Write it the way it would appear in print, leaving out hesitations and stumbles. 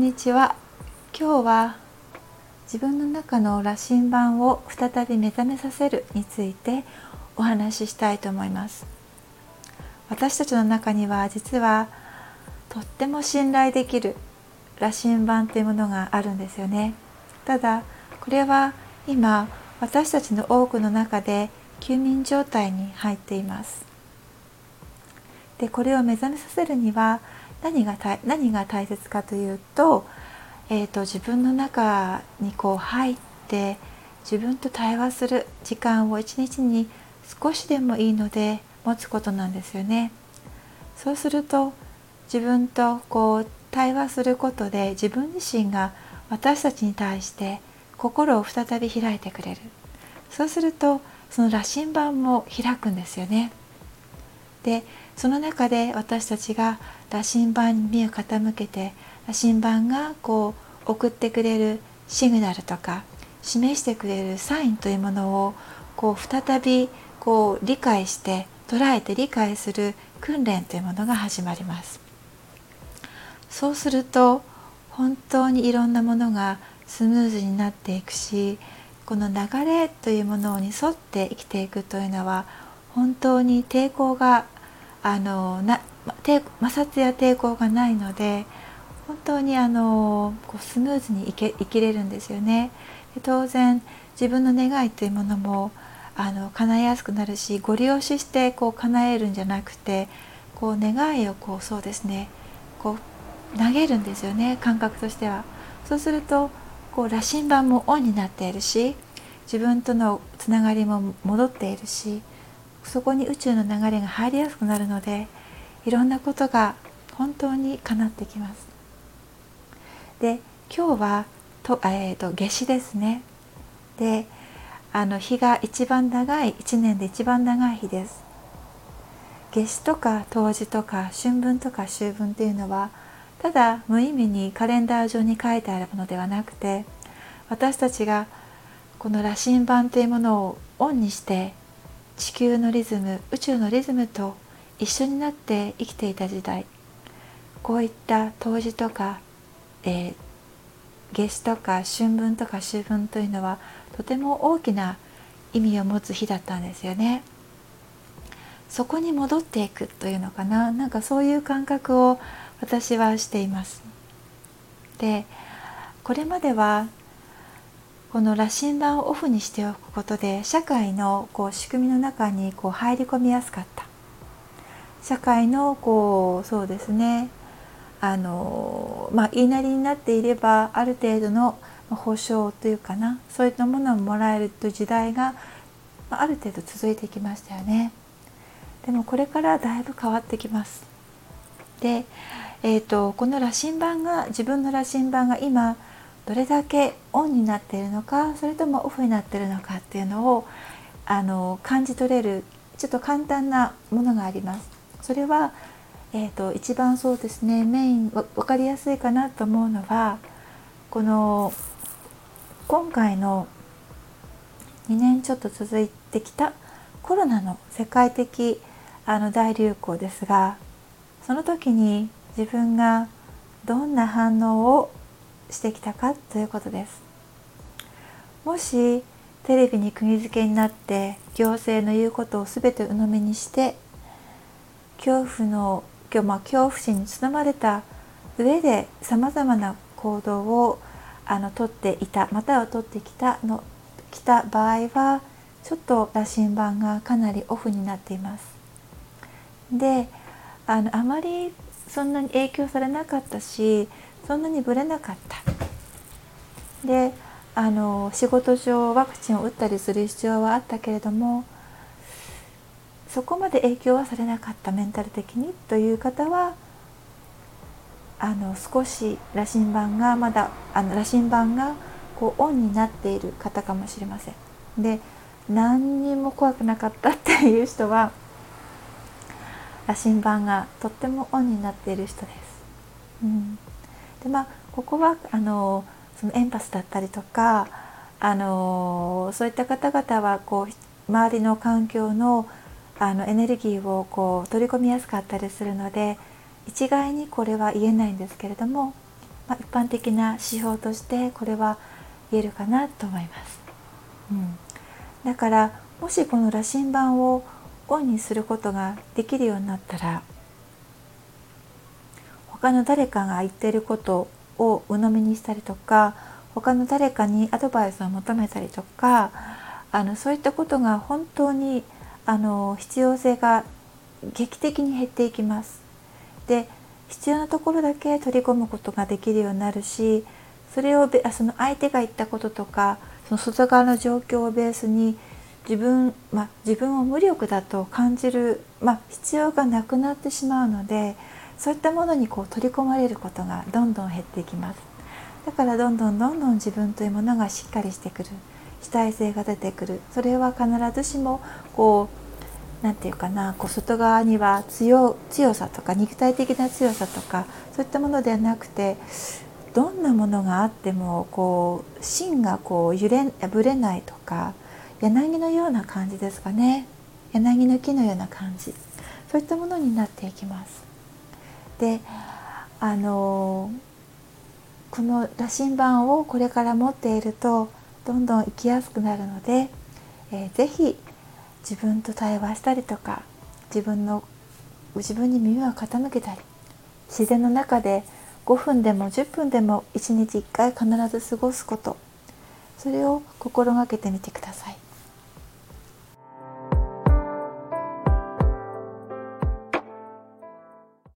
にちは。今日は自分の中の羅針盤を再び目覚めさせるについてお話ししたいと思います。私たちの中には実はとっても信頼できる羅針盤というものがあるんですよね。ただこれは今私たちの多くの中で休眠状態に入っています。でこれを目覚めさせるには何が大切かというと、自分の中に入って自分と対話する時間を一日に少しでもいいので持つことなんですよね。そうすると自分と対話することで自分自身が私たちに対して心を再び開いてくれる。そうするとその羅針盤も開くんですよね。でその中で私たちが羅針盤に目を傾けて羅針盤が送ってくれるシグナルとか示してくれるサインというものを再び理解して捉えて理解する訓練というものが始まります。そうすると本当にいろんなものがスムーズになっていくし、この流れというものに沿って生きていくというのは本当に抵抗が摩擦や抵抗がないので本当にスムーズに生きれるんですよね。で当然自分の願いというものも叶えやすくなるし、ご利用しして叶えるんじゃなくて願いをそうですね投げるんですよね、感覚としては。そうすると羅針盤もオンになっているし、自分とのつながりも戻っているし、そこに宇宙の流れが入りやすくなるので、いろんなことが本当に叶ってきます。で今日は夏至ですね。で日が一番長い、1年で一番長い日です。夏至とか冬至とか春分とか秋分というのはただ無意味にカレンダー上に書いてあるものではなくて、私たちがこの羅針盤というものをオンにして地球のリズム、宇宙のリズムと一緒になって生きていた時代、こういった冬至とか、夏至とか春分とか秋分というのはとても大きな意味を持つ日だったんですよね。そこに戻っていくというのかな、なんかそういう感覚を私はしています。でこれまではこの羅針盤をオフにしておくことで社会の仕組みの中に入り込みやすかった。社会のそうですね言いなりになっていればある程度の保障というかな、そういったものをもらえるという時代がある程度続いてきましたよね。でもこれからだいぶ変わってきます。で、この羅針盤が、自分の羅針盤が今どれだけオンになっているのか、それともオフになっているのかっていうのを感じ取れるちょっと簡単なものがあります。それは、一番そうですねメイン分かりやすいかなと思うのは、この今回の2年ちょっと続いてきたコロナの世界的大流行ですが、その時に自分がどんな反応をしてきたかということです。もしテレビに釘付けになって行政の言うことを全て鵜呑みにして恐怖心につまれた上でさまざまな行動を取っていた、または取ってきた場合はちょっと羅針盤がかなりオフになっています。であまりそんなに影響されなかったし、そんなにぶれなかった。で仕事上ワクチンを打ったりする必要はあったけれども、そこまで影響はされなかった、メンタル的にという方は少し羅針盤がオンになっている方かもしれません。で何にも怖くなかったっていう人は羅針盤がとってもオンになっている人です。でここはそのエンパスだったりとかそういった方々は周りの環境のエネルギーを取り込みやすかったりするので、一概にこれは言えないんですけれども、 一般的な指標としてこれは言えるかなと思います。だからもしこの羅針盤をオンにすることができるようになったら、他の誰かが言っていることを鵜呑みにしたりとか、他の誰かにアドバイスを求めたりとか、そういったことが本当に必要性が劇的に減っていきます。で、必要なところだけ取り込むことができるようになるし、それをその相手が言ったこととか、その外側の状況をベースに自分を無力だと感じる、必要がなくなってしまうので、そういったものに取り込まれることがどんどん減っていきます。だからどんどん自分というものがしっかりしてくる、主体性が出てくる。それは必ずしもなんていうかな、外側には強さとか肉体的な強さとかそういったものではなくて、どんなものがあっても芯がぶれないとか、柳のような感じですかね。柳の木のような感じ、そういったものになっていきます。で、この羅針盤をこれから持っているとどんどん生きやすくなるので、ぜひ自分と対話したりとか、自分に耳を傾けたり、自然の中で5分でも10分でも1日1回必ず過ごすこと、それを心がけてみてください。